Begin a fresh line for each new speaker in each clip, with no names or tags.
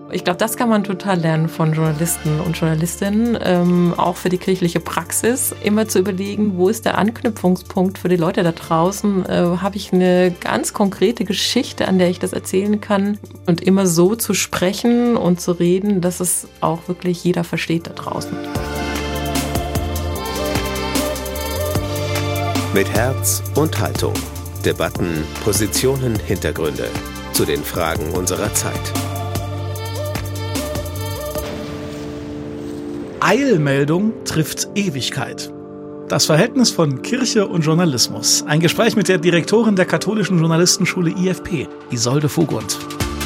Ich glaube, das kann man total lernen von Journalisten und Journalistinnen, auch für die kirchliche Praxis, immer zu überlegen, wo ist der Anknüpfungspunkt für die Leute da draußen? Habe ich eine ganz konkrete Geschichte, an der ich das erzählen kann? Und immer so zu sprechen und zu reden, dass es auch wirklich jeder versteht da draußen.
Mit Herz und Haltung. Debatten, Positionen, Hintergründe zu den Fragen unserer Zeit.
Eilmeldung trifft Ewigkeit. Das Verhältnis von Kirche und Journalismus. Ein Gespräch mit der Direktorin der katholischen Journalistenschule IFP, Isolde Vogunt.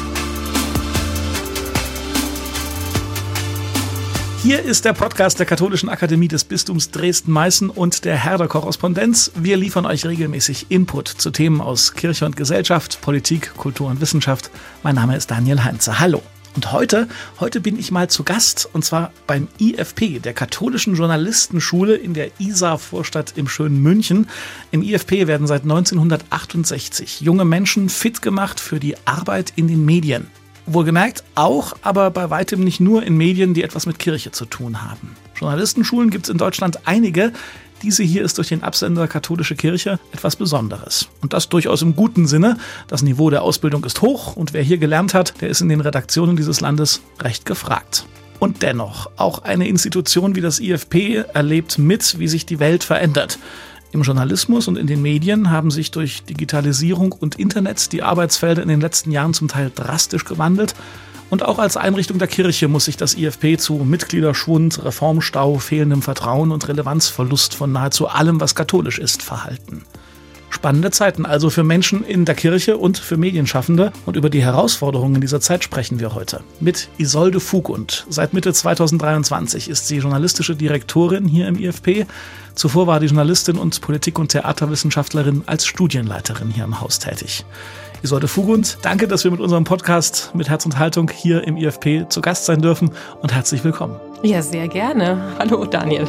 Hier ist der Podcast der Katholischen Akademie des Bistums Dresden-Meißen und der Herder-Korrespondenz. Wir liefern euch regelmäßig Input zu Themen aus Kirche und Gesellschaft, Politik, Kultur und Wissenschaft. Mein Name ist Daniel Heinze. Hallo. Und heute bin ich mal zu Gast, und zwar beim IFP, der katholischen Journalistenschule in der Isar-Vorstadt im schönen München. Im IFP werden seit 1968 junge Menschen fit gemacht für die Arbeit in den Medien. Wohlgemerkt auch, aber bei weitem nicht nur in Medien, die etwas mit Kirche zu tun haben. Journalistenschulen gibt es in Deutschland einige. Diese hier ist durch den Absender Katholische Kirche etwas Besonderes. Und das durchaus im guten Sinne. Das Niveau der Ausbildung ist hoch und wer hier gelernt hat, der ist in den Redaktionen dieses Landes recht gefragt. Und dennoch, auch eine Institution wie das IFP erlebt mit, wie sich die Welt verändert. Im Journalismus und in den Medien haben sich durch Digitalisierung und Internet die Arbeitsfelder in den letzten Jahren zum Teil drastisch gewandelt. Und auch als Einrichtung der Kirche muss sich das IFP zu Mitgliederschwund, Reformstau, fehlendem Vertrauen und Relevanzverlust von nahezu allem, was katholisch ist, verhalten. Spannende Zeiten also für Menschen in der Kirche und für Medienschaffende. Und über die Herausforderungen dieser Zeit sprechen wir heute mit Isolde Vogunt. Seit Mitte 2023 ist sie journalistische Direktorin hier im IFP. Zuvor war die Journalistin und Politik- und Theaterwissenschaftlerin als Studienleiterin hier im Haus tätig. Isolde Vogunt, danke, dass wir mit unserem Podcast mit Herz und Haltung hier im IFP zu Gast sein dürfen und herzlich willkommen.
Ja, sehr gerne. Hallo Daniel.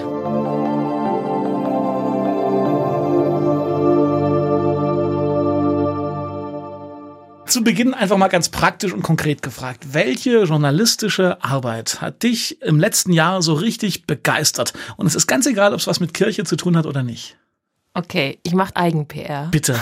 Zu Beginn einfach mal ganz praktisch und konkret gefragt. Welche journalistische Arbeit hat dich im letzten Jahr so richtig begeistert? Und es ist ganz egal, ob es was mit Kirche zu tun hat oder nicht.
Okay, ich mache Eigen-PR.
Bitte.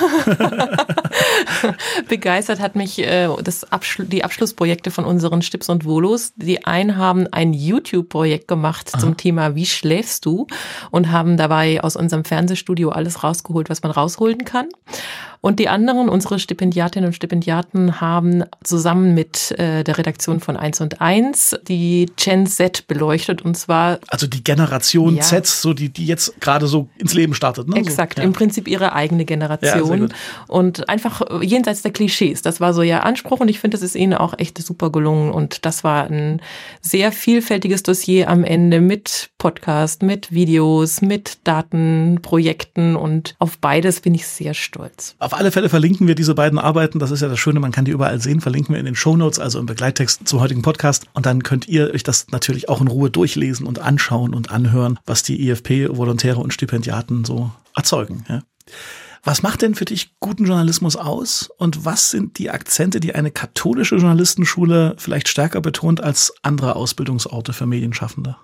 Begeistert hat mich die Abschlussprojekte von unseren Stips und Volos. Die einen haben ein YouTube-Projekt gemacht zum Thema Wie schläfst du? Und haben dabei aus unserem Fernsehstudio alles rausgeholt, was man rausholen kann. Und die anderen, unsere Stipendiatinnen und Stipendiaten, haben zusammen mit der Redaktion von 1&1 die Gen Z beleuchtet, und zwar...
Also die Generation Z, so die jetzt gerade so ins Leben startet, ne?
Exakt,
so,
im Prinzip ihre eigene Generation.
Ja,
und einfach jenseits der Klischees. Das war so ihr Anspruch und ich finde, das ist ihnen auch echt super gelungen. Und das war ein sehr vielfältiges Dossier am Ende mit Podcast, mit Videos, mit Datenprojekten, und auf beides bin ich sehr stolz.
Auf alle Fälle verlinken wir diese beiden Arbeiten. Das ist ja das Schöne, man kann die überall sehen. Verlinken wir in den Shownotes, also im Begleittext zum heutigen Podcast. Und dann könnt ihr euch das natürlich auch in Ruhe durchlesen und anschauen und anhören, was die IFP-Volontäre und Stipendiaten so erzeugen. Ja. Was macht denn für dich guten Journalismus aus? Und was sind die Akzente, die eine katholische Journalistenschule vielleicht stärker betont als andere Ausbildungsorte für Medienschaffende?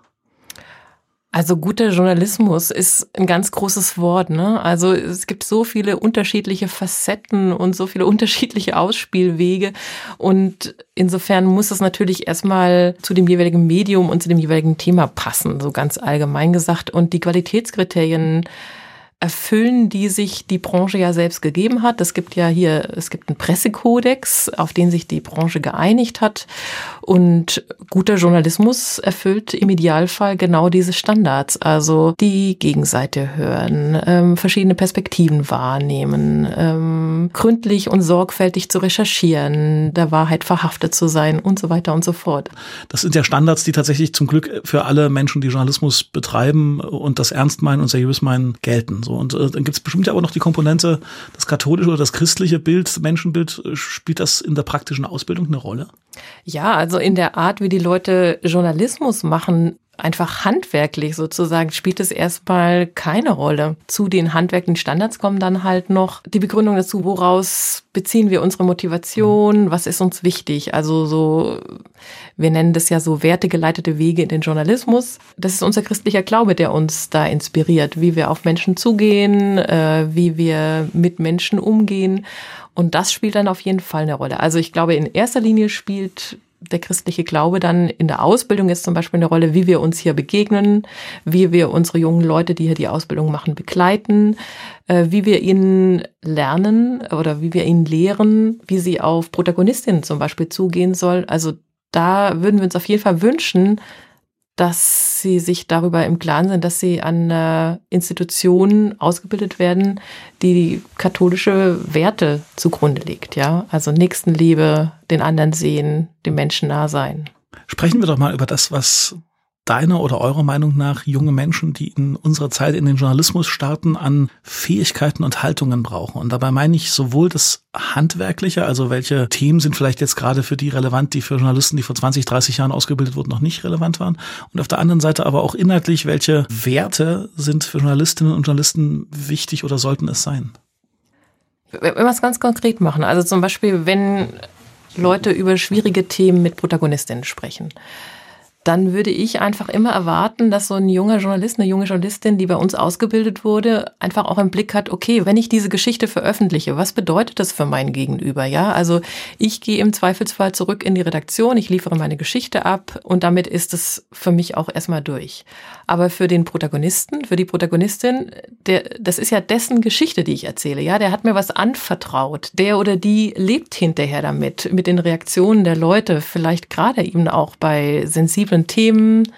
Also guter Journalismus ist ein ganz großes Wort, ne? Also es gibt so viele unterschiedliche Facetten und so viele unterschiedliche Ausspielwege, und insofern muss es natürlich erstmal zu dem jeweiligen Medium und zu dem jeweiligen Thema passen, so ganz allgemein gesagt. Und die Qualitätskriterien erfüllen, die sich die Branche ja selbst gegeben hat. Es gibt einen Pressekodex, auf den sich die Branche geeinigt hat. Und guter Journalismus erfüllt im Idealfall genau diese Standards. Also die Gegenseite hören, verschiedene Perspektiven wahrnehmen, gründlich und sorgfältig zu recherchieren, der Wahrheit verhaftet zu sein und so weiter und so fort.
Das sind ja Standards, die tatsächlich zum Glück für alle Menschen, die Journalismus betreiben und das ernst meinen und seriös meinen, gelten. So, und dann gibt es bestimmt ja auch noch die Komponente, das katholische oder das christliche Bild, Menschenbild. Spielt das in der praktischen Ausbildung eine Rolle?
Ja, also in der Art, wie die Leute Journalismus machen, einfach handwerklich sozusagen spielt es erstmal keine Rolle. Zu den handwerklichen Standards kommen dann halt noch die Begründung dazu, woraus beziehen wir unsere Motivation, was ist uns wichtig. Also so, wir nennen das ja so wertegeleitete Wege in den Journalismus. Das ist unser christlicher Glaube, der uns da inspiriert, wie wir auf Menschen zugehen, wie wir mit Menschen umgehen. Und das spielt dann auf jeden Fall eine Rolle. Also ich glaube, in erster Linie spielt der christliche Glaube dann in der Ausbildung jetzt zum Beispiel eine Rolle, wie wir uns hier begegnen, wie wir unsere jungen Leute, die hier die Ausbildung machen, begleiten, wie wir ihnen lernen oder wie wir ihnen lehren, wie sie auf Protagonistinnen zum Beispiel zugehen soll. Also da würden wir uns auf jeden Fall wünschen, dass sie sich darüber im Klaren sind, dass sie an einer Institution ausgebildet werden, die katholische Werte zugrunde legt, ja. Also Nächstenliebe, den anderen sehen, dem Menschen nah sein.
Sprechen wir doch mal über das, was deiner oder eurer Meinung nach junge Menschen, die in unserer Zeit in den Journalismus starten, an Fähigkeiten und Haltungen brauchen. Und dabei meine ich sowohl das Handwerkliche, also welche Themen sind vielleicht jetzt gerade für die relevant, die für Journalisten, die vor 20, 30 Jahren ausgebildet wurden, noch nicht relevant waren. Und auf der anderen Seite aber auch inhaltlich, welche Werte sind für Journalistinnen und Journalisten wichtig oder sollten es sein?
Wenn wir es ganz konkret machen, also zum Beispiel, wenn Leute über schwierige Themen mit Protagonistinnen sprechen, dann würde ich einfach immer erwarten, dass so ein junger Journalist, eine junge Journalistin, die bei uns ausgebildet wurde, einfach auch im Blick hat, okay, wenn ich diese Geschichte veröffentliche, was bedeutet das für mein Gegenüber? Ja, also ich gehe im Zweifelsfall zurück in die Redaktion, ich liefere meine Geschichte ab und damit ist es für mich auch erstmal durch. Aber für den Protagonisten, für die Protagonistin, das ist ja dessen Geschichte, die ich erzähle. Ja, der hat mir was anvertraut. Der oder die lebt hinterher damit, mit den Reaktionen der Leute, vielleicht gerade eben auch bei sensiblen Themen.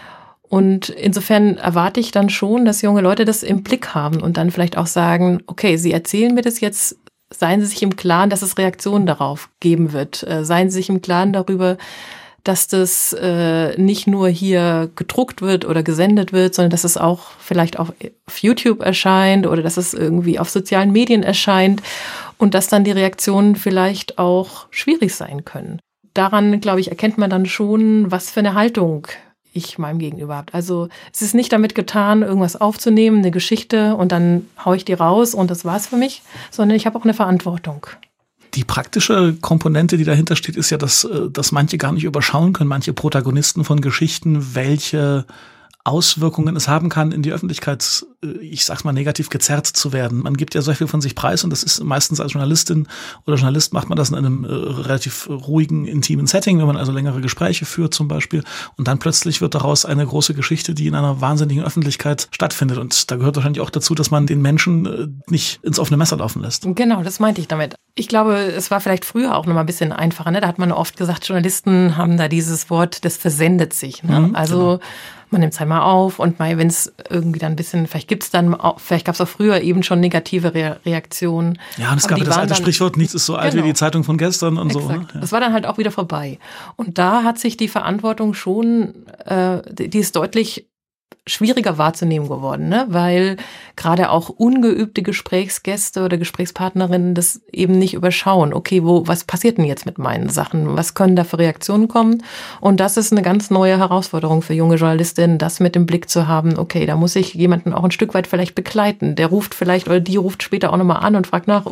Und insofern erwarte ich dann schon, dass junge Leute das im Blick haben und dann vielleicht auch sagen, okay, Sie erzählen mir das jetzt, seien Sie sich im Klaren, dass es Reaktionen darauf geben wird. Seien Sie sich im Klaren darüber, dass das nicht nur hier gedruckt wird oder gesendet wird, sondern dass es auch vielleicht auf YouTube erscheint oder dass es irgendwie auf sozialen Medien erscheint und dass dann die Reaktionen vielleicht auch schwierig sein können. Daran, glaube ich, erkennt man dann schon, was für eine Haltung ich meinem Gegenüber habe. Also es ist nicht damit getan, irgendwas aufzunehmen, eine Geschichte und dann haue ich die raus und das war's für mich, sondern ich habe auch eine Verantwortung.
Die praktische Komponente, die dahinter steht, ist ja, dass manche gar nicht überschauen können, manche Protagonisten von Geschichten, welche Auswirkungen es haben kann, in die Öffentlichkeit, ich sag's mal, negativ gezerrt zu werden. Man gibt ja sehr viel von sich preis und das ist meistens als Journalistin oder Journalist macht man das in einem relativ ruhigen, intimen Setting, wenn man also längere Gespräche führt zum Beispiel und dann plötzlich wird daraus eine große Geschichte, die in einer wahnsinnigen Öffentlichkeit stattfindet und da gehört wahrscheinlich auch dazu, dass man den Menschen nicht ins offene Messer laufen lässt.
Genau, das meinte ich damit. Ich glaube, es war vielleicht früher auch noch mal ein bisschen einfacher, ne? Da hat man oft gesagt, Journalisten haben da dieses Wort, das versendet sich, ne? Also genau. Man nimmt es halt mal auf und mal, wenn es irgendwie dann ein bisschen, vielleicht gab es auch früher eben schon negative Reaktionen.
Ja, und es gab ja das alte Sprichwort, nichts ist so alt wie die Zeitung von gestern und
exakt.
So. Ne? Ja.
Das war dann halt auch wieder vorbei. Und da hat sich die Verantwortung schon, die ist deutlich schwieriger wahrzunehmen geworden, ne? Weil gerade auch ungeübte Gesprächsgäste oder Gesprächspartnerinnen das eben nicht überschauen. Okay, was passiert denn jetzt mit meinen Sachen? Was können da für Reaktionen kommen? Und das ist eine ganz neue Herausforderung für junge Journalistinnen, das mit im Blick zu haben. Okay, da muss ich jemanden auch ein Stück weit vielleicht begleiten. Der ruft vielleicht oder die ruft später auch nochmal an und fragt nach,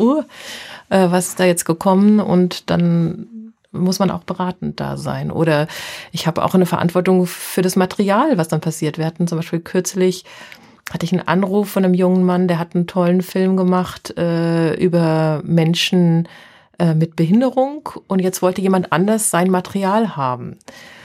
was ist da jetzt gekommen? Und dann muss man auch beratend da sein. Oder ich habe auch eine Verantwortung für das Material, was dann passiert. Wir hatten zum Beispiel kürzlich, hatte ich einen Anruf von einem jungen Mann, der hat einen tollen Film gemacht über Menschen mit Behinderung und jetzt wollte jemand anders sein Material haben.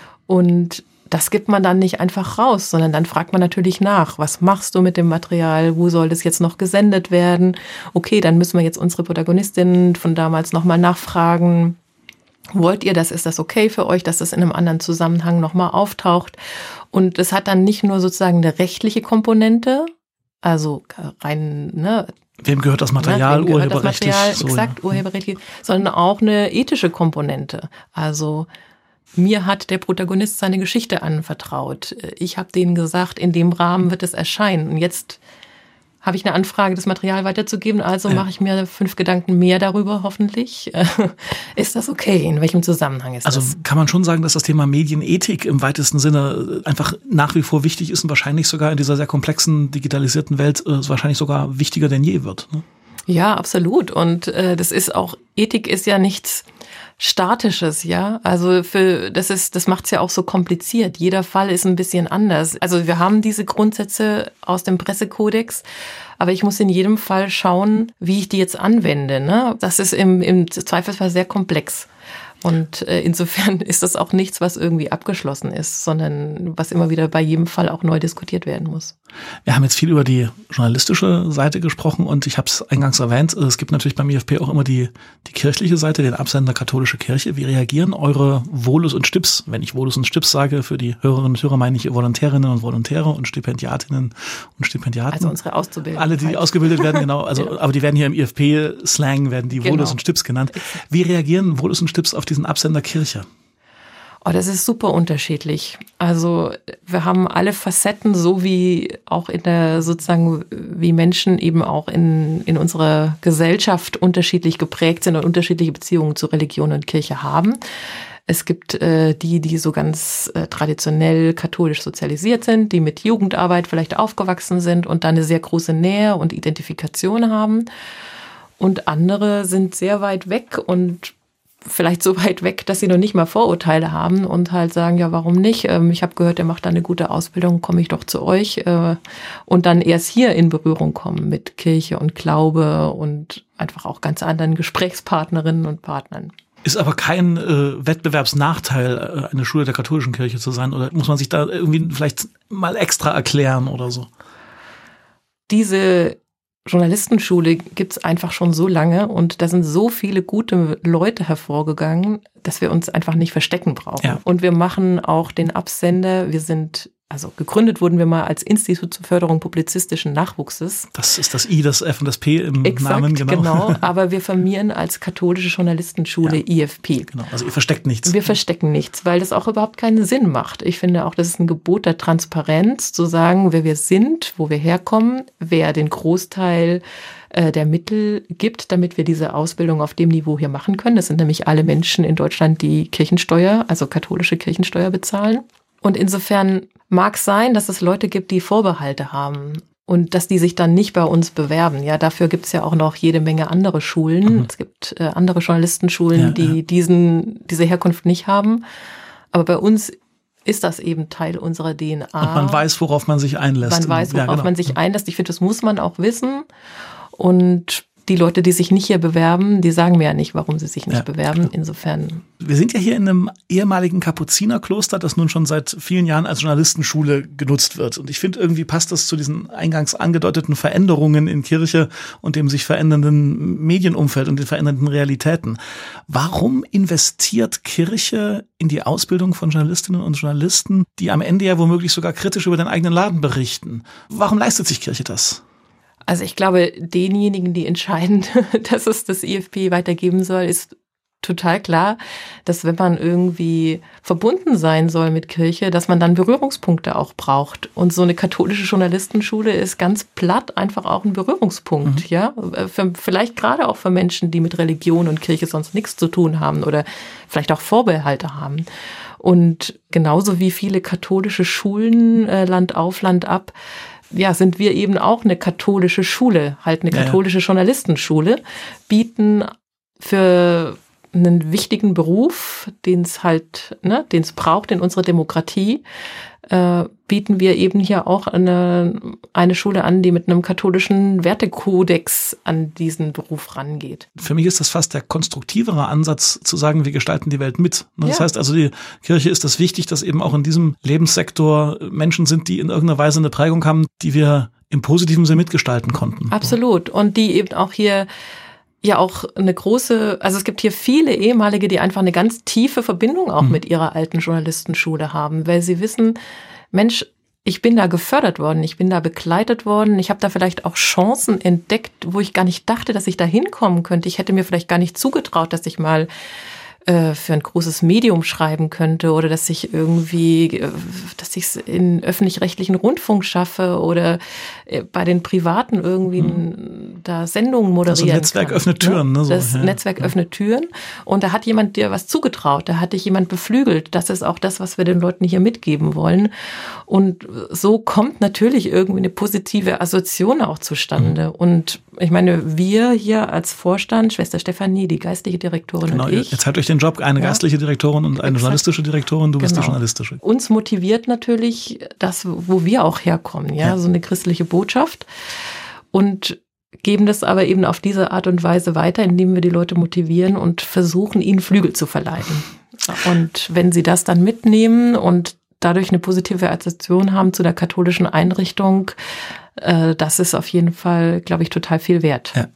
Und das gibt man dann nicht einfach raus, sondern dann fragt man natürlich nach, was machst du mit dem Material, wo soll das jetzt noch gesendet werden? Okay, dann müssen wir jetzt unsere Protagonistinnen von damals nochmal nachfragen. Wollt ihr das? Ist das okay für euch, dass das in einem anderen Zusammenhang nochmal auftaucht? Und es hat dann nicht nur sozusagen eine rechtliche Komponente, also rein, ne?
Wem gehört das Material, urheberrechtlich?
Exakt, urheberrechtlich, sondern auch eine ethische Komponente. Also mir hat der Protagonist seine Geschichte anvertraut. Ich habe denen gesagt, in dem Rahmen wird es erscheinen. Und jetzt habe ich eine Anfrage, das Material weiterzugeben, also mache ich mir 5 Gedanken mehr darüber, hoffentlich. Ist das okay? In welchem Zusammenhang ist das?
Also kann man schon sagen, dass das Thema Medienethik im weitesten Sinne einfach nach wie vor wichtig ist und wahrscheinlich sogar in dieser sehr komplexen, digitalisierten Welt wahrscheinlich sogar wichtiger denn je wird, ne?
Ja, absolut. Und das ist auch, Ethik ist ja nichts Statisches, ja. Also das macht's ja auch so kompliziert. Jeder Fall ist ein bisschen anders. Also wir haben diese Grundsätze aus dem Pressekodex, aber ich muss in jedem Fall schauen, wie ich die jetzt anwende, ne? Das ist im Zweifelsfall sehr komplex. Und insofern ist das auch nichts, was irgendwie abgeschlossen ist, sondern was immer wieder bei jedem Fall auch neu diskutiert werden muss.
Wir haben jetzt viel über die journalistische Seite gesprochen und ich habe es eingangs erwähnt, es gibt natürlich beim IFP auch immer die kirchliche Seite, den Absender Katholische Kirche. Wie reagieren eure Volus und Stips? Wenn ich Volus und Stips sage, für die Hörerinnen und Hörer meine ich Volontärinnen und Volontäre und Stipendiatinnen und Stipendiaten.
Also unsere Auszubildenden.
Alle, die ausgebildet werden, genau. Also, ja. Aber die werden hier im IFP-Slang, werden die Volus und Stips genannt. Wie reagieren Volus und Stips auf diesen Absender Kirche?
Oh, das ist super unterschiedlich. Also wir haben alle Facetten, so wie auch in der sozusagen, wie Menschen eben auch in unserer Gesellschaft unterschiedlich geprägt sind und unterschiedliche Beziehungen zu Religion und Kirche haben. Es gibt die so ganz traditionell katholisch sozialisiert sind, die mit Jugendarbeit vielleicht aufgewachsen sind und dann eine sehr große Nähe und Identifikation haben. Und andere sind sehr weit weg und vielleicht so weit weg, dass sie noch nicht mal Vorurteile haben und halt sagen, ja, warum nicht? Ich habe gehört, ihr macht da eine gute Ausbildung, komme ich doch zu euch. Und dann erst hier in Berührung kommen mit Kirche und Glaube und einfach auch ganz anderen Gesprächspartnerinnen und Partnern.
Ist aber kein Wettbewerbsnachteil, eine Schule der katholischen Kirche zu sein, oder muss man sich da irgendwie vielleicht mal extra erklären oder so?
Diese Journalistenschule gibt's einfach schon so lange und da sind so viele gute Leute hervorgegangen, dass wir uns einfach nicht verstecken brauchen. Ja. Und wir machen auch den Absender, gegründet wurden wir mal als Institut zur Förderung publizistischen Nachwuchses.
Das ist das I, das F und das P im Namen,
genau. Aber wir firmieren als katholische Journalistenschule IFP.
Genau, also ihr versteckt nichts.
Wir verstecken nichts, weil das auch überhaupt keinen Sinn macht. Ich finde auch, das ist ein Gebot der Transparenz, zu sagen, wer wir sind, wo wir herkommen, wer den Großteil der Mittel gibt, damit wir diese Ausbildung auf dem Niveau hier machen können. Das sind nämlich alle Menschen in Deutschland, die Kirchensteuer, also katholische Kirchensteuer bezahlen. Und insofern mag es sein, dass es Leute gibt, die Vorbehalte haben und dass die sich dann nicht bei uns bewerben. Ja, dafür gibt es ja auch noch jede Menge andere Schulen. Es gibt andere Journalistenschulen, die diese Herkunft nicht haben. Aber bei uns ist das eben Teil unserer DNA.
Und man weiß, worauf man sich einlässt.
Man weiß, worauf man sich einlässt. Ich finde, das muss man auch wissen. Und die Leute, die sich nicht hier bewerben, die sagen mir ja nicht, warum sie sich nicht bewerben. Insofern.
Wir sind ja hier in einem ehemaligen Kapuzinerkloster, das nun schon seit vielen Jahren als Journalistenschule genutzt wird. Und ich finde, irgendwie passt das zu diesen eingangs angedeuteten Veränderungen in Kirche und dem sich verändernden Medienumfeld und den verändernden Realitäten. Warum investiert Kirche in die Ausbildung von Journalistinnen und Journalisten, die am Ende ja womöglich sogar kritisch über den eigenen Laden berichten? Warum leistet sich Kirche das?
Also ich glaube, denjenigen, die entscheiden, dass es das IFP weitergeben soll, ist total klar, dass wenn man irgendwie verbunden sein soll mit Kirche, dass man dann Berührungspunkte auch braucht. Und so eine katholische Journalistenschule ist ganz platt einfach auch ein Berührungspunkt, ja. Vielleicht gerade auch für Menschen, die mit Religion und Kirche sonst nichts zu tun haben oder vielleicht auch Vorbehalte haben. Und genauso wie viele katholische Schulen, Land auf, Land ab, sind wir eben auch eine katholische Schule, halt eine katholische Journalistenschule, bieten für einen wichtigen Beruf, den es braucht in unserer Demokratie, bieten wir eben hier auch eine Schule an, die mit einem katholischen Wertekodex an diesen Beruf rangeht.
Für mich ist das fast der konstruktivere Ansatz, zu sagen, wir gestalten die Welt mit. Das heißt also, die Kirche ist das wichtig, dass eben auch in diesem Lebenssektor Menschen sind, die in irgendeiner Weise eine Prägung haben, die wir im positiven Sinne mitgestalten konnten.
Absolut. Und die eben auch hier auch eine große, also es gibt hier viele ehemalige, die einfach eine ganz tiefe Verbindung auch mit ihrer alten Journalistenschule haben, weil sie wissen, Mensch, ich bin da gefördert worden, ich bin da begleitet worden, ich habe da vielleicht auch Chancen entdeckt, wo ich gar nicht dachte, dass ich da hinkommen könnte. Ich hätte mir vielleicht gar nicht zugetraut, dass ich mal für ein großes Medium schreiben könnte oder dass ich es in öffentlich-rechtlichen Rundfunk schaffe oder bei den Privaten irgendwie da Sendungen moderieren kann.
Das Netzwerk öffnet Türen. Ne?
Das Netzwerk öffnet Türen und da hat jemand dir was zugetraut, da hat dich jemand beflügelt. Das ist auch das, was wir den Leuten hier mitgeben wollen. Und so kommt natürlich irgendwie eine positive Assoziation auch zustande. Und ich meine, wir hier als Vorstand, Schwester Stefanie, die geistliche Direktorin und ich.
Jetzt hat euch den Job eine geistliche Direktorin und eine journalistische Direktorin, du bist die journalistische.
Uns motiviert natürlich das, wo wir auch herkommen, so eine christliche Botschaft und geben das aber eben auf diese Art und Weise weiter, indem wir die Leute motivieren und versuchen, ihnen Flügel zu verleihen. Und wenn sie das dann mitnehmen und dadurch eine positive Assoziation haben zu der katholischen Einrichtung, das ist auf jeden Fall, glaube ich, total viel wert. Ja.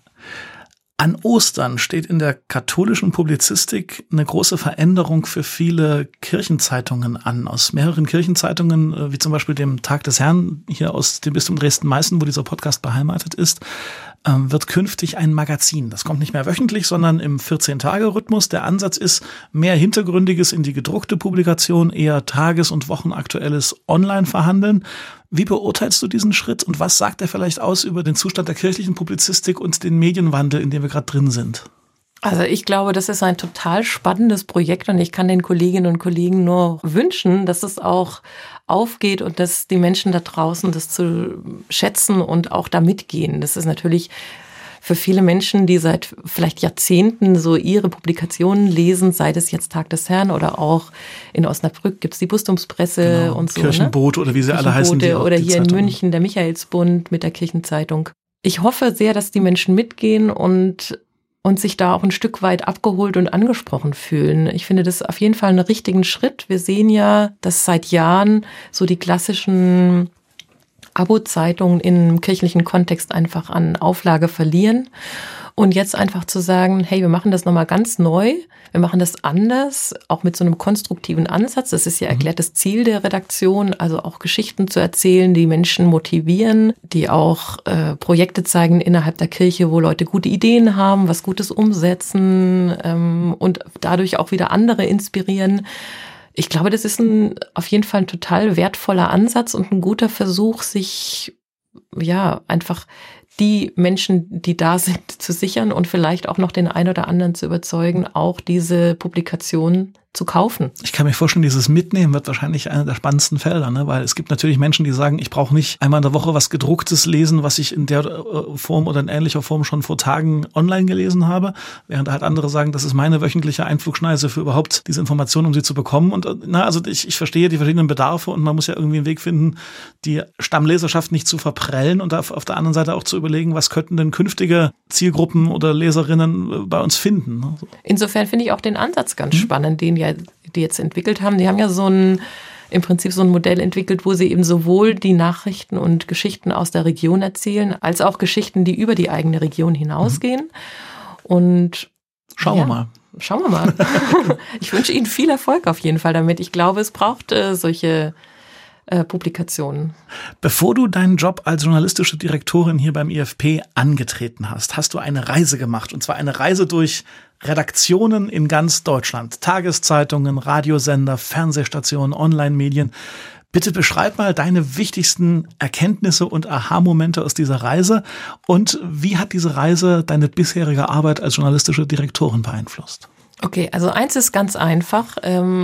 An Ostern steht in der katholischen Publizistik eine große Veränderung für viele Kirchenzeitungen an. Aus mehreren Kirchenzeitungen, wie zum Beispiel dem Tag des Herrn hier aus dem Bistum Dresden-Meißen, wo dieser Podcast beheimatet ist, wird künftig ein Magazin. Das kommt nicht mehr wöchentlich, sondern im 14-Tage-Rhythmus. Der Ansatz ist, mehr Hintergründiges in die gedruckte Publikation, eher tages- und wochenaktuelles online verhandeln. Wie beurteilst du diesen Schritt und was sagt er vielleicht aus über den Zustand der kirchlichen Publizistik und den Medienwandel, in dem wir gerade drin sind?
Also ich glaube, das ist ein total spannendes Projekt und ich kann den Kolleginnen und Kollegen nur wünschen, dass es auch aufgeht und dass die Menschen da draußen das zu schätzen und auch da mitgehen. Das ist natürlich für viele Menschen, die seit vielleicht Jahrzehnten so ihre Publikationen lesen, sei das jetzt Tag des Herrn oder auch in Osnabrück gibt's die Bistumspresse und so.
Kirchenbote oder wie sie alle heißen.
Oder hier in München der Michaelsbund mit der Kirchenzeitung. Ich hoffe sehr, dass die Menschen mitgehen und sich da auch ein Stück weit abgeholt und angesprochen fühlen. Ich finde das auf jeden Fall einen richtigen Schritt. Wir sehen ja, dass seit Jahren so die klassischen Abo-Zeitungen im kirchlichen Kontext einfach an Auflage verlieren. Und jetzt einfach zu sagen, hey, wir machen das nochmal ganz neu, wir machen das anders, auch mit so einem konstruktiven Ansatz. Das ist ja erklärtes Ziel der Redaktion, also auch Geschichten zu erzählen, die Menschen motivieren, die auch Projekte zeigen innerhalb der Kirche, wo Leute gute Ideen haben, was Gutes umsetzen und dadurch auch wieder andere inspirieren. Ich glaube, das ist auf jeden Fall ein total wertvoller Ansatz und ein guter Versuch, sich einfach die Menschen, die da sind, zu sichern und vielleicht auch noch den einen oder anderen zu überzeugen, auch diese Publikation zu kaufen.
Ich kann mir vorstellen, dieses Mitnehmen wird wahrscheinlich einer der spannendsten Felder, ne? Weil es gibt natürlich Menschen, die sagen, ich brauche nicht einmal in der Woche was Gedrucktes lesen, was ich in der Form oder in ähnlicher Form schon vor Tagen online gelesen habe, während halt andere sagen, das ist meine wöchentliche Einflugschneise für überhaupt diese Informationen, um sie zu bekommen. Und also ich verstehe die verschiedenen Bedarfe und man muss ja irgendwie einen Weg finden, die Stammleserschaft nicht zu verprellen und auf der anderen Seite auch zu überlegen, was könnten denn künftige Zielgruppen oder Leserinnen bei uns finden. Ne?
Insofern finde ich auch den Ansatz ganz spannend, den die jetzt entwickelt haben. Die haben ja im Prinzip so ein Modell entwickelt, wo sie eben sowohl die Nachrichten und Geschichten aus der Region erzählen, als auch Geschichten, die über die eigene Region hinausgehen. Und
Schauen wir mal.
Ich wünsche Ihnen viel Erfolg auf jeden Fall damit. Ich glaube, es braucht solche Publikationen.
Bevor du deinen Job als journalistische Direktorin hier beim IFP angetreten hast, hast du eine Reise gemacht. Und zwar eine Reise durch Redaktionen in ganz Deutschland. Tageszeitungen, Radiosender, Fernsehstationen, Online-Medien. Bitte beschreib mal deine wichtigsten Erkenntnisse und Aha-Momente aus dieser Reise. Und wie hat diese Reise deine bisherige Arbeit als journalistische Direktorin beeinflusst?
Okay, also eins ist ganz einfach.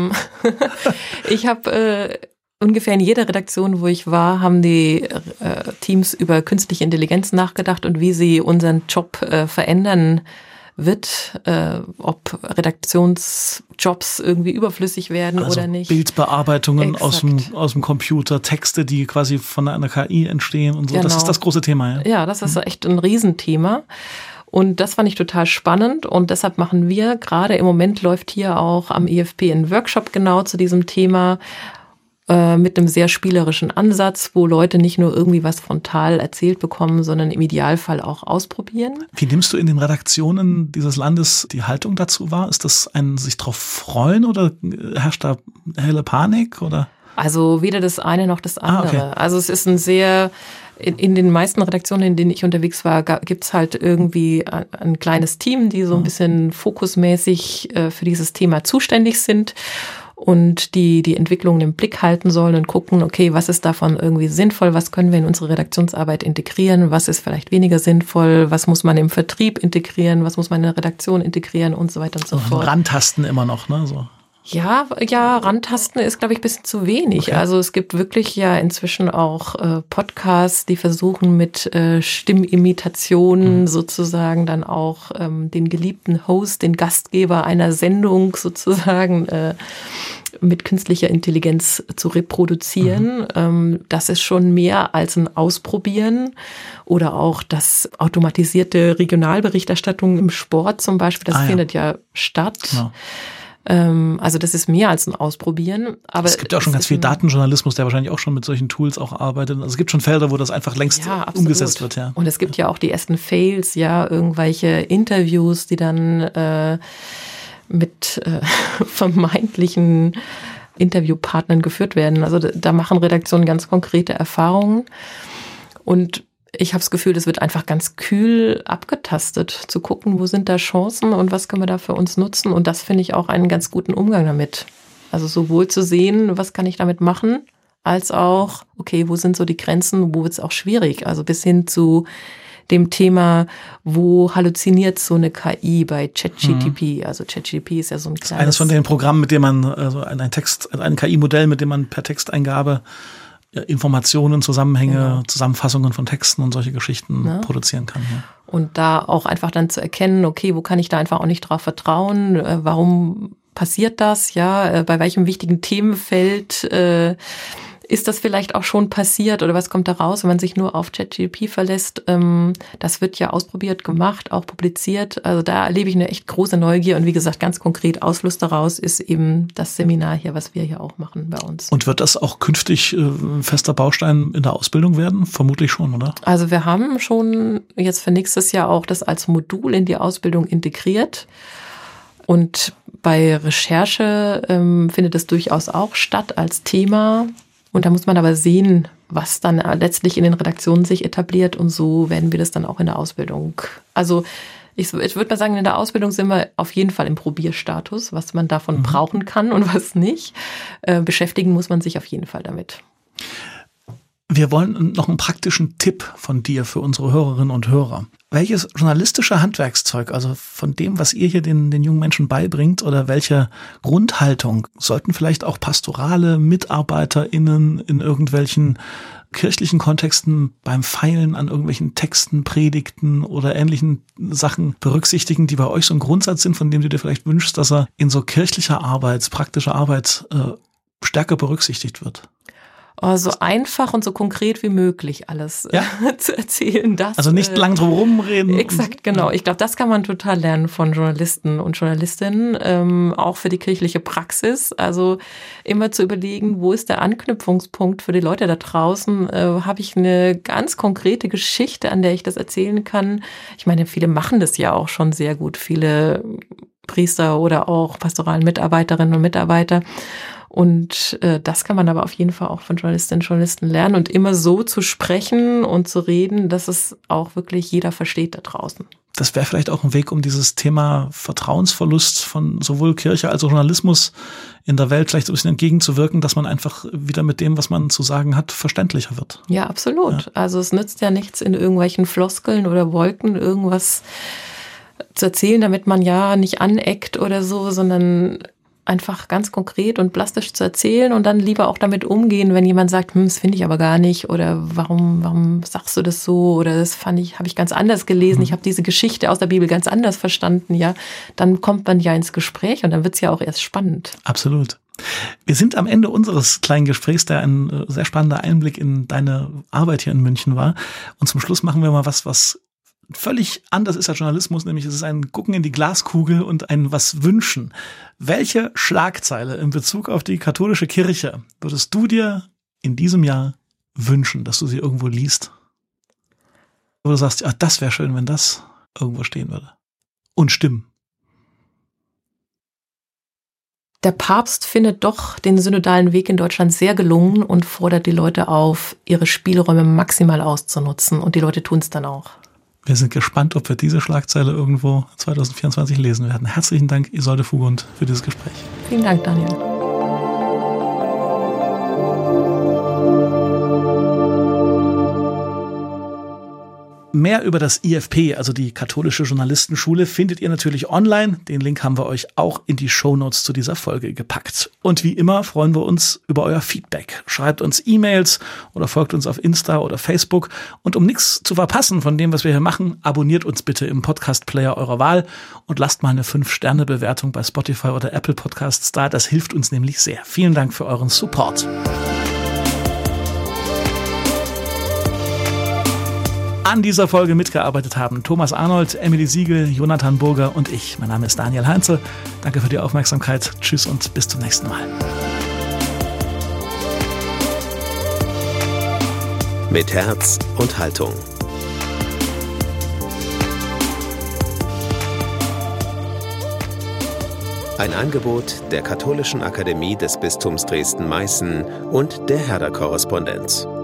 Ich habe ungefähr in jeder Redaktion, wo ich war, haben die Teams über künstliche Intelligenz nachgedacht und wie sie unseren Job verändern wird, ob Redaktionsjobs irgendwie überflüssig werden
also
oder nicht.
Bildbearbeitungen aus dem Computer, Texte, die quasi von einer KI entstehen und so. Genau. Das ist das große Thema. Ja,
ja, das ist echt ein Riesenthema. Und das fand ich total spannend und deshalb machen wir, gerade im Moment läuft hier auch am IFP ein Workshop genau zu diesem Thema, mit einem sehr spielerischen Ansatz, wo Leute nicht nur irgendwie was frontal erzählt bekommen, sondern im Idealfall auch ausprobieren.
Wie nimmst du in den Redaktionen dieses Landes die Haltung dazu wahr? Ist das ein sich drauf freuen oder herrscht da helle Panik oder?
Also weder das eine noch das andere. Also es ist in den meisten Redaktionen, in denen ich unterwegs war, gibt's halt irgendwie ein kleines Team, die so ein bisschen fokusmäßig für dieses Thema zuständig sind und die Entwicklungen im Blick halten sollen und gucken, okay, was ist davon irgendwie sinnvoll, was können wir in unsere Redaktionsarbeit integrieren, was ist vielleicht weniger sinnvoll, was muss man im Vertrieb integrieren, was muss man in der Redaktion integrieren und so weiter und so fort.
Rantasten immer noch, ne? So.
Ja, Rantasten ist, glaube ich, ein bisschen zu wenig. Okay. Also es gibt wirklich ja inzwischen auch Podcasts, die versuchen mit Stimmimitationen sozusagen dann auch den geliebten Host, den Gastgeber einer Sendung sozusagen mit künstlicher Intelligenz zu reproduzieren. Das ist schon mehr als ein Ausprobieren. Oder auch das automatisierte Regionalberichterstattung im Sport zum Beispiel, das findet ja statt. Ja. Also das ist mehr als ein Ausprobieren. Aber
es gibt ja auch schon ganz viel Datenjournalismus, der wahrscheinlich auch schon mit solchen Tools auch arbeitet. Also es gibt schon Felder, wo das einfach längst umgesetzt wird. Ja.
Und es gibt ja auch die ersten Fails, irgendwelche Interviews, die dann mit vermeintlichen Interviewpartnern geführt werden. Also da machen Redaktionen ganz konkrete Erfahrungen. Und ich habe das Gefühl, das wird einfach ganz kühl abgetastet, zu gucken, wo sind da Chancen und was können wir da für uns nutzen. Und das finde ich auch einen ganz guten Umgang damit. Also sowohl zu sehen, was kann ich damit machen, als auch, okay, wo sind so die Grenzen, wo wird es auch schwierig. Also bis hin zu dem Thema, wo halluziniert so eine KI bei ChatGPT. Also ChatGPT ist ja so ein kleines...
Eines von den Programmen, mit dem man, also ein KI-Modell, mit dem man per Texteingabe Informationen, Zusammenhänge, Zusammenfassungen von Texten und solche Geschichten produzieren kann. Ja.
Und da auch einfach dann zu erkennen, okay, wo kann ich da einfach auch nicht drauf vertrauen? Warum passiert das? Ja, bei welchem wichtigen Themenfeld ist das vielleicht auch schon passiert oder was kommt da raus, wenn man sich nur auf ChatGPT verlässt? Das wird ja ausprobiert, gemacht, auch publiziert. Also da erlebe ich eine echt große Neugier und wie gesagt, ganz konkret Ausfluss daraus ist eben das Seminar hier, was wir hier auch machen bei uns.
Und wird das auch künftig fester Baustein in der Ausbildung werden? Vermutlich schon, oder?
Also wir haben schon jetzt für nächstes Jahr auch das als Modul in die Ausbildung integriert. Und bei Recherche findet es durchaus auch statt als Thema. Und da muss man aber sehen, was dann letztlich in den Redaktionen sich etabliert. Und so werden wir das dann auch in der Ausbildung. Also ich würde mal sagen, in der Ausbildung sind wir auf jeden Fall im Probierstatus, was man davon brauchen kann und was nicht. Beschäftigen muss man sich auf jeden Fall damit.
Wir wollen noch einen praktischen Tipp von dir für unsere Hörerinnen und Hörer. Welches journalistische Handwerkszeug, also von dem, was ihr hier den jungen Menschen beibringt, oder welche Grundhaltung sollten vielleicht auch pastorale MitarbeiterInnen in irgendwelchen kirchlichen Kontexten beim Feilen an irgendwelchen Texten, Predigten oder ähnlichen Sachen berücksichtigen, die bei euch so ein Grundsatz sind, von dem du dir vielleicht wünschst, dass er in so kirchlicher Arbeit, praktischer Arbeit stärker berücksichtigt wird?
So einfach und so konkret wie möglich alles zu erzählen.
Also nicht lang drum rumreden.
Exakt, genau. Ich glaube, das kann man total lernen von Journalisten und Journalistinnen, auch für die kirchliche Praxis. Also immer zu überlegen, wo ist der Anknüpfungspunkt für die Leute da draußen? Habe ich eine ganz konkrete Geschichte, an der ich das erzählen kann? Ich meine, viele machen das ja auch schon sehr gut. Viele Priester oder auch pastoralen Mitarbeiterinnen und Mitarbeiter. Und das kann man aber auf jeden Fall auch von Journalistinnen und Journalisten lernen und immer so zu sprechen und zu reden, dass es auch wirklich jeder versteht da draußen.
Das wäre vielleicht auch ein Weg, um dieses Thema Vertrauensverlust von sowohl Kirche als auch Journalismus in der Welt vielleicht so ein bisschen entgegenzuwirken, dass man einfach wieder mit dem, was man zu sagen hat, verständlicher wird.
Ja, absolut. Ja. Also es nützt ja nichts, in irgendwelchen Floskeln oder Wolken irgendwas zu erzählen, damit man ja nicht aneckt oder so, sondern einfach ganz konkret und plastisch zu erzählen und dann lieber auch damit umgehen, wenn jemand sagt, das finde ich aber gar nicht oder warum sagst du das so oder das habe ich ganz anders gelesen, ich habe diese Geschichte aus der Bibel ganz anders verstanden, ja, dann kommt man ja ins Gespräch und dann wird's ja auch erst spannend.
Absolut. Wir sind am Ende unseres kleinen Gesprächs, der ein sehr spannender Einblick in deine Arbeit hier in München war, und zum Schluss machen wir mal was völlig anders ist als Journalismus, nämlich es ist ein Gucken in die Glaskugel und ein was wünschen. Welche Schlagzeile in Bezug auf die katholische Kirche würdest du dir in diesem Jahr wünschen, dass du sie irgendwo liest? Wo du sagst, das wäre schön, wenn das irgendwo stehen würde. Und stimmen.
Der Papst findet doch den synodalen Weg in Deutschland sehr gelungen und fordert die Leute auf, ihre Spielräume maximal auszunutzen. Und die Leute tun es dann auch.
Wir sind gespannt, ob wir diese Schlagzeile irgendwo 2024 lesen werden. Herzlichen Dank, Isolde Fugund, für dieses Gespräch.
Vielen Dank, Daniel.
Mehr über das IFP, also die Katholische Journalistenschule, findet ihr natürlich online. Den Link haben wir euch auch in die Shownotes zu dieser Folge gepackt. Und wie immer freuen wir uns über euer Feedback. Schreibt uns E-Mails oder folgt uns auf Insta oder Facebook. Und um nichts zu verpassen von dem, was wir hier machen, abonniert uns bitte im Podcast-Player eurer Wahl und lasst mal eine 5-Sterne-Bewertung bei Spotify oder Apple Podcasts da. Das hilft uns nämlich sehr. Vielen Dank für euren Support. An dieser Folge mitgearbeitet haben Thomas Arnold, Emily Siegel, Jonathan Burger und ich. Mein Name ist Daniel Heinze. Danke für die Aufmerksamkeit. Tschüss und bis zum nächsten Mal.
Mit Herz und Haltung. Ein Angebot der Katholischen Akademie des Bistums Dresden-Meißen und der Herder Korrespondenz.